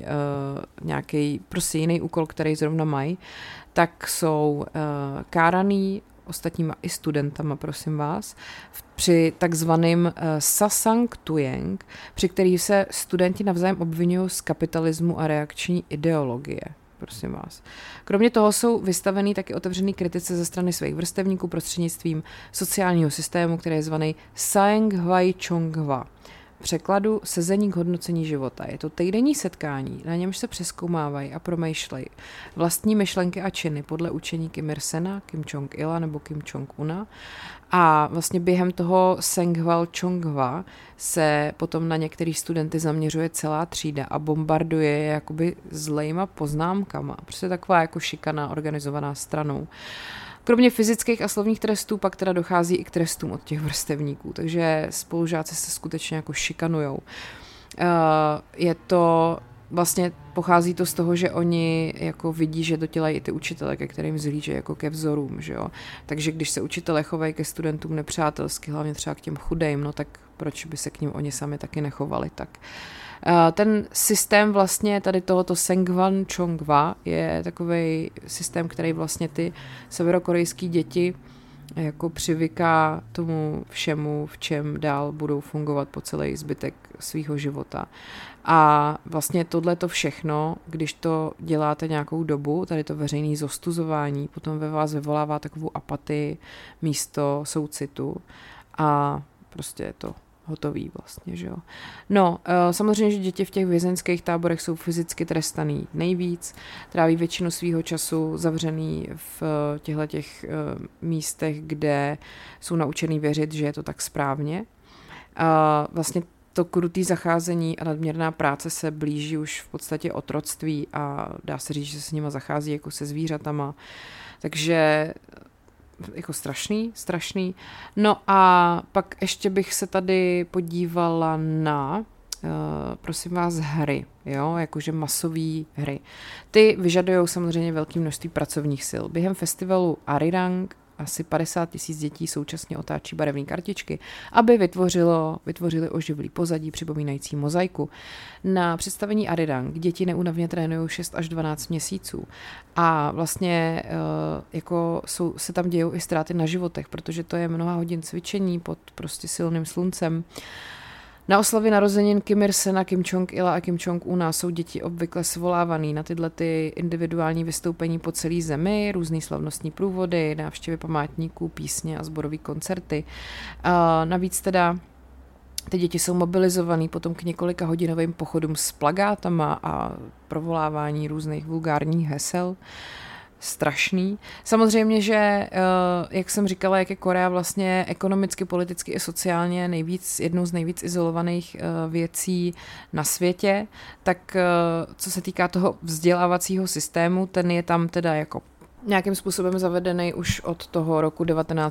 nějaký prostě jiný úkol, který zrovna mají, tak jsou káraný ostatníma i studentama, prosím vás, při takzvaném Sasang Tuyeng, při kterých se studenti navzájem obvinují z kapitalismu a reakční ideologie. Prosím vás. Kromě toho jsou vystavený taky otevřený kritice ze strany svých vrstevníků prostřednictvím sociálního systému, který je zvaný Saeng Hwai Chonghwa. Překladu sezení k hodnocení života. Je to týdenní setkání, na němž se přezkoumávají a promýšlejí vlastní myšlenky a činy podle učení Kim Ir-sena, Kim Jong-ila nebo Kim Jong-una. A vlastně během toho Saeng Hwai Chonghwa se potom na některý studenty zaměřuje celá třída a bombarduje je jakoby zlejma poznámkama. Prostě taková jako šikana organizovaná stranou. Kromě fyzických a slovních trestů pak teda dochází i k trestům od těch vrstevníků, takže spolužáci se skutečně jako šikanujou. Je to vlastně pochází to z toho, že oni jako vidí, že to dělají i ty učitele, ke kterým zhlíže jako ke vzorům, že jo. Takže když se učitele chovají ke studentům nepřátelsky, hlavně třeba k těm chudým, no tak proč by se k ním oni sami taky nechovali tak. Ten systém vlastně tady tohoto Saeng Hwai Chonghwa je takovej systém, který vlastně ty severokorejský děti jako přivyká tomu všemu, v čem dál budou fungovat po celý zbytek svýho života. A vlastně tohleto všechno, když to děláte nějakou dobu, tady to veřejné zostuzování, potom ve vás vyvolává takovou apatii místo soucitu a prostě je to hotový vlastně, že jo. No, samozřejmě, že děti v těch vězeňských táborech jsou fyzicky trestaný nejvíc, tráví většinu svýho času zavřený v těchto místech, kde jsou naučený věřit, že je to tak správně. Vlastně to krutý zacházení a nadměrná práce se blíží už v podstatě otroctví a dá se říct, že se s nima zachází jako se zvířatama. Takže jako strašný. No a pak ještě bych se tady podívala na, prosím vás, hry, jo, jakože masové hry. Ty vyžadují samozřejmě velké množství pracovních sil. Během festivalu Arirang asi 50 000 dětí současně otáčí barevné kartičky, aby vytvořili oživlý pozadí připomínající mozaiku. Na představení Arirang děti neúnavně trénují 6 až 12 měsíců a vlastně jako se tam dějou i ztráty na životech, protože to je mnoha hodin cvičení pod prostě silným sluncem. Na oslavě narozenin Kim Ir-sena, Kim Jong-ila a Kim Jong-una jsou děti obvykle svolávaný na tyhle ty individuální vystoupení po celé zemi, různý slavnostní průvody, návštěvy památníků, písně a sborové koncerty. Navíc teda ty děti jsou mobilizovaný potom k několika hodinovým pochodům s plagátama a provolávání různých vulgárních hesel. Strašný. Samozřejmě, že, jak jsem říkala, jak je Korea vlastně ekonomicky, politicky i sociálně jednou z nejvíc izolovaných věcí na světě, tak co se týká toho vzdělávacího systému, ten je tam teda jako nějakým způsobem zavedený už od toho roku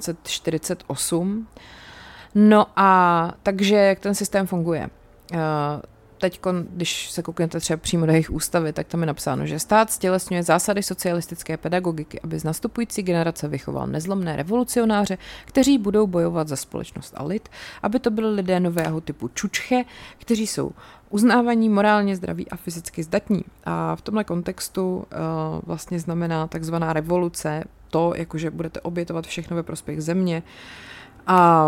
1948. No a takže jak ten systém funguje? Teď, když se kouknete třeba přímo do jejich ústavy, tak tam je napsáno, že stát stělesňuje zásady socialistické pedagogiky, aby z nastupující generace vychoval nezlomné revolucionáře, kteří budou bojovat za společnost a lid, aby to byli lidé nového typu čučche, kteří jsou uznávaní, morálně zdraví a fyzicky zdatní. A v tomhle kontextu vlastně znamená takzvaná revoluce to, jakože budete obětovat všechno ve prospěch země, a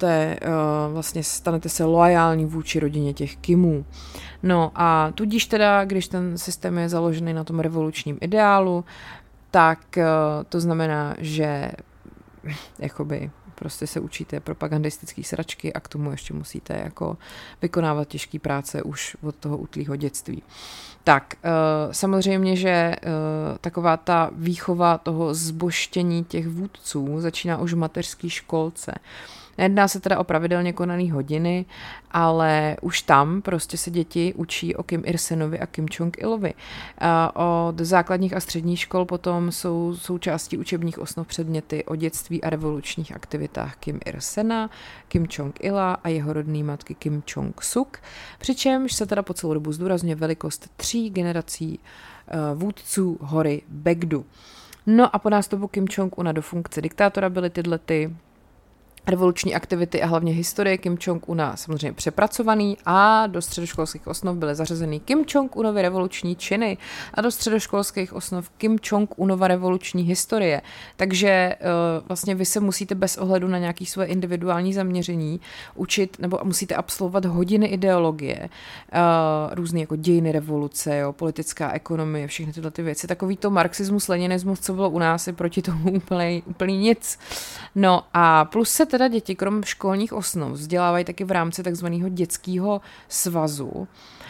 stanete se loajální vůči rodině těch Kimů. No a tudíž teda, když ten systém je založený na tom revolučním ideálu, tak to znamená, že jakoby prostě se učíte propagandistický sračky a k tomu ještě musíte jako vykonávat těžké práce už od toho útlýho dětství. Tak, samozřejmě, že taková ta výchova toho zbožštění těch vůdců začíná už v mateřské školce. Nejedná se teda o pravidelně konané hodiny, ale už tam prostě se děti učí o Kim Ir-senovi a Kim Jong-ilovi. Od základních a středních škol potom jsou součástí učebních osnov předměty o dětství a revolučních aktivitách Kim Ir-sena, Kim Jong-ila a jeho rodné matky Kim Jong-suk, přičemž se teda po celou dobu zdůrazňuje velikost 3 generací vůdců hory Baekdu. No a po nástupu Kim Jong-una do funkce diktátora byly tyhle ty revoluční aktivity a hlavně historie Kim Jong-una samozřejmě přepracovaný a do středoškolských osnov byly zařazeny Kim Jong-unovy revoluční činy a do středoškolských osnov Kim Jong-unova revoluční historie. Takže vlastně vy se musíte bez ohledu na nějaké své individuální zaměření učit nebo musíte absolvovat hodiny ideologie, různé jako dějiny revoluce, jo, politická ekonomie, všechny tyhle ty věci. Takový to marxismus, leninismus, co bylo u nás, je proti tomu úplně nic. No a plus se teda děti krom školních osnov vzdělávají taky v rámci takzvaného dětského svazu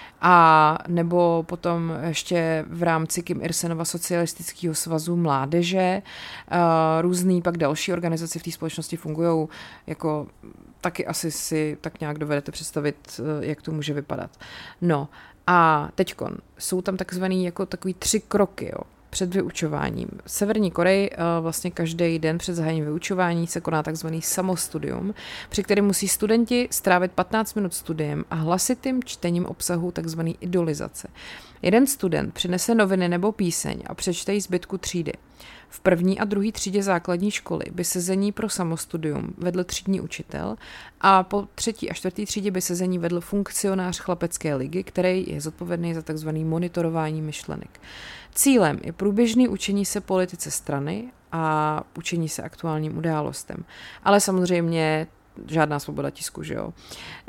a nebo potom ještě v rámci Kim Il-senova socialistického svazu mládeže. Různý pak další organizace v té společnosti fungují jako taky asi si tak nějak dovedete představit, jak to může vypadat. No a teďkon jsou tam takzvaný jako takový 3 kroky, jo, před vyučováním. V Severní Koreji vlastně každý den před zahájením vyučování se koná takzvaný samostudium, při kterém musí studenti strávit 15 minut studiem a hlasitým čtením obsahu takzvaný idolizace. Jeden student přinese noviny nebo píseň a přečte jí zbytku třídy. V 1. a 2. třídě základní školy by sezení pro samostudium vedl třídní učitel a po 3. a 4. třídě by sezení vedl funkcionář chlapecké ligy, který je zodpovědný za takzvaný monitorování myšlenek. Cílem je průběžné učení se politice strany a učení se aktuálním událostem. Ale samozřejmě žádná svoboda tisku, že jo.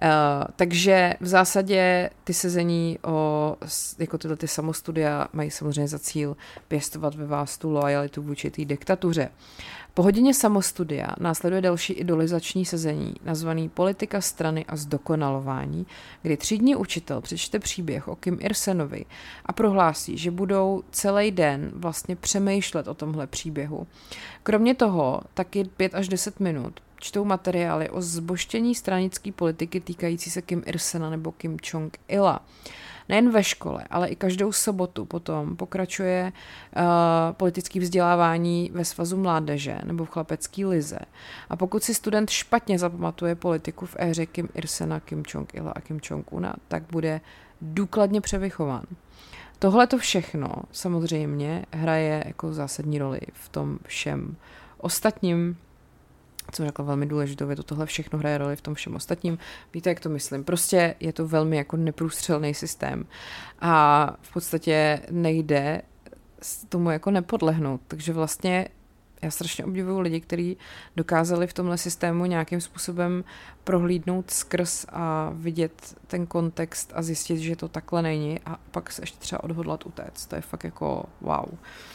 Takže v zásadě ty sezení jako tyhle ty samostudia mají samozřejmě za cíl pěstovat ve vás tu lojalitu vůči té diktatuře. Po hodině samostudia následuje další idolizační sezení, nazvaný Politika strany a zdokonalování, kdy třídní učitel přečte příběh o Kim Il-senovi a prohlásí, že budou celý den vlastně přemýšlet o tomhle příběhu. Kromě toho taky 5 až 10 minut čtou materiály o zboštění stranické politiky týkající se Kim Il-sena nebo Kim Jong-ila. Nejen ve škole, ale i každou sobotu potom pokračuje politické vzdělávání ve svazu mládeže nebo v chlapecké lize. A pokud si student špatně zapamatuje politiku v éře Kim Il-sena, Kim Jong-ila a Kim Jong-una, tak bude důkladně převychován. Tohle to všechno samozřejmě hraje jako zásadní roli v tom všem ostatním, co jsem řekla velmi důležitou větu, tohle všechno hraje roli v tom všem ostatním. Víte, jak to myslím? Prostě je to velmi jako neprůstřelný systém a v podstatě nejde tomu jako nepodlehnout. Takže vlastně já strašně obdivuju lidi, kteří dokázali v tomhle systému nějakým způsobem prohlídnout skrz a vidět ten kontext a zjistit, že to takhle není a pak se ještě třeba odhodlat utéct. To je fakt jako wow.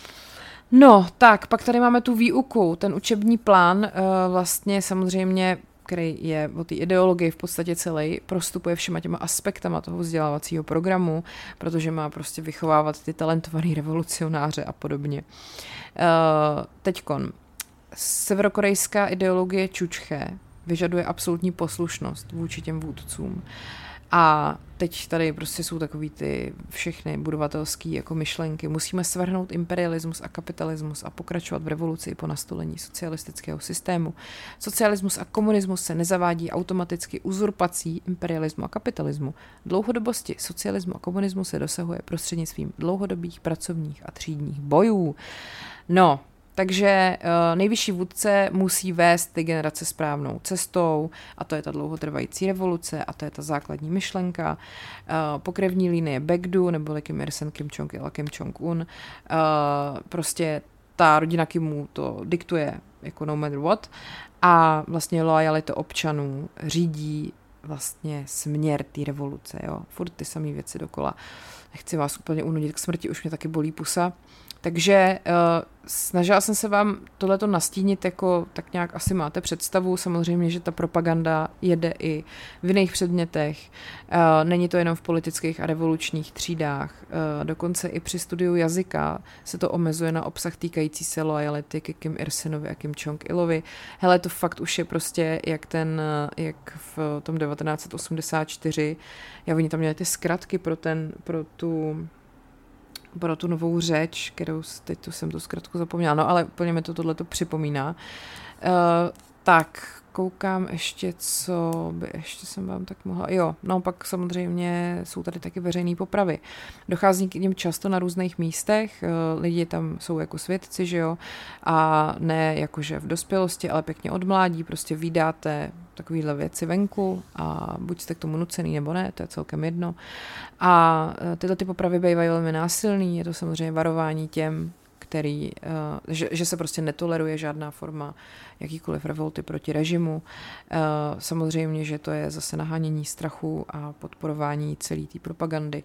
No, tak, pak tady máme tu výuku, ten učební plán, vlastně samozřejmě, který je o té ideologii v podstatě celý, prostupuje všema těma aspektama toho vzdělávacího programu, protože má prostě vychovávat ty talentovaný revolucionáře a podobně. Teďkon, severokorejská ideologie Čučche vyžaduje absolutní poslušnost vůči těm vůdcům. A teď tady prostě jsou takový ty všechny budovatelský jako myšlenky. Musíme svrhnout imperialismus a kapitalismus a pokračovat v revoluci po nastolení socialistického systému. Socialismus a komunismus se nezavádí automaticky uzurpací imperialismu a kapitalismu. Dlouhodobosti socialismu a komunismu se dosahuje prostřednictvím dlouhodobých pracovních a třídních bojů. No, takže nejvyšší vůdce musí vést ty generace správnou cestou a to je ta dlouhotrvající revoluce a to je ta základní myšlenka. Pokrevní linie Baekdu nebo Kim Il-sen, Kim Jong-il a Kim Jong-un. Prostě ta rodina Kimů to diktuje jako no matter what a vlastně lojalita občanů řídí vlastně směr té revoluce. Jo? Furt ty samé věci dokola. Nechci vás úplně unudit k smrti, už mě taky bolí pusa. Takže snažila jsem se vám tohleto nastínit, jako tak nějak asi máte představu. Samozřejmě, že ta propaganda jede i v jiných předmětech. Není to jenom v politických a revolučních třídách. Dokonce i při studiu jazyka se to omezuje na obsah týkající se lojality ke Kim Il-senovi a Kim Jong-ilovi. Hele, to fakt už je prostě jak v tom 1984. Oni tam měli ty zkratky pro tu novou řeč, kterou teď jsem tu zkratku zapomněla, no ale úplně mi to tohleto připomíná. Tak, koukám ještě, co by ještě jsem vám tak mohla... Jo, no pak samozřejmě jsou tady taky veřejné popravy. Dochází k nim často na různých místech, lidi tam jsou jako svědci, že jo, a ne jakože v dospělosti, ale pěkně od mládí, prostě vídáte takovýhle věci venku a buď jste k tomu nucený nebo ne, to je celkem jedno. A tyhle ty popravy bývají velmi násilný, je to samozřejmě varování těm, že se prostě netoleruje žádná forma jakýkoliv revolty proti režimu. Samozřejmě, že to je zase nahánění strachu a podporování celé té propagandy.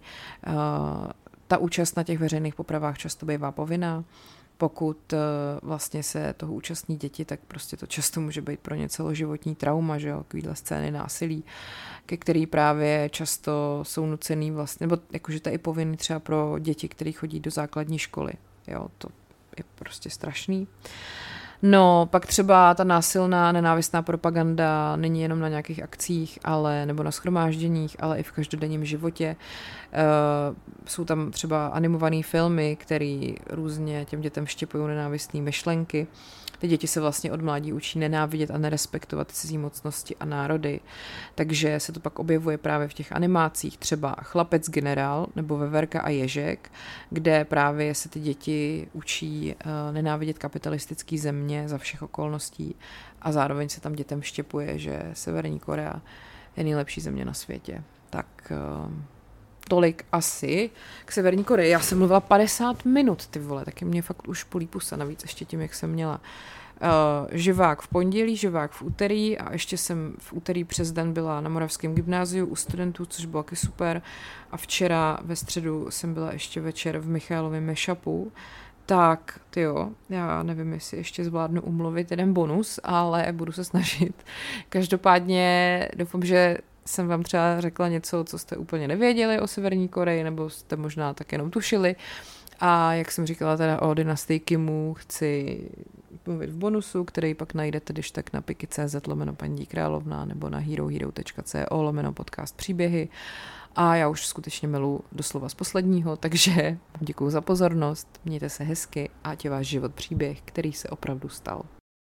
Ta účast na těch veřejných popravách často bývá povinná. Pokud vlastně se toho účastní děti, tak prostě to často může být pro ně celoživotní trauma, že jo, takovýhle scény násilí, ke který právě často jsou nucený vlastně, nebo jakože to je i povinný třeba pro děti, které chodí do základní školy. Jo, to je prostě strašný. No, pak třeba ta násilná, nenávistná propaganda není jenom na nějakých akcích, nebo na shromážděních, ale i v každodenním životě. Jsou tam třeba animované filmy, které různě těm dětem vštěpují nenávistné myšlenky. Ty děti se vlastně od mládí učí nenávidět a nerespektovat cizí mocnosti a národy. Takže se to pak objevuje právě v těch animácích, třeba Chlapec generál nebo Veverka a Ježek, kde právě se ty děti učí nenávidět kapitalistický země za všech okolností a zároveň se tam dětem vštěpuje, že Severní Korea je nejlepší země na světě. Tak tolik asi k Severní Koreji. Já jsem mluvila 50 minut, ty vole, taky mě fakt už polí pusa, navíc ještě tím, jak jsem měla živák v pondělí, živák v úterý a ještě jsem v úterý přes den byla na Moravském gymnáziu u studentů, což bylo taky super a včera ve středu jsem byla ještě večer v Michalově mashupu. Tak, tyjo, já nevím, jestli ještě zvládnu umluvit jeden bonus, ale budu se snažit. Každopádně doufám, že jsem vám třeba řekla něco, co jste úplně nevěděli o Severní Koreji, nebo jste možná tak jenom tušili. A jak jsem říkala teda o dynastii Kimů, chci mluvit v bonusu, který pak najdete když tak na piky.cz/paní královna nebo na herohero.co/podcast příběhy. A já už skutečně milu doslova z posledního, takže děkuju za pozornost, mějte se hezky a ať je váš život příběh, který se opravdu stal.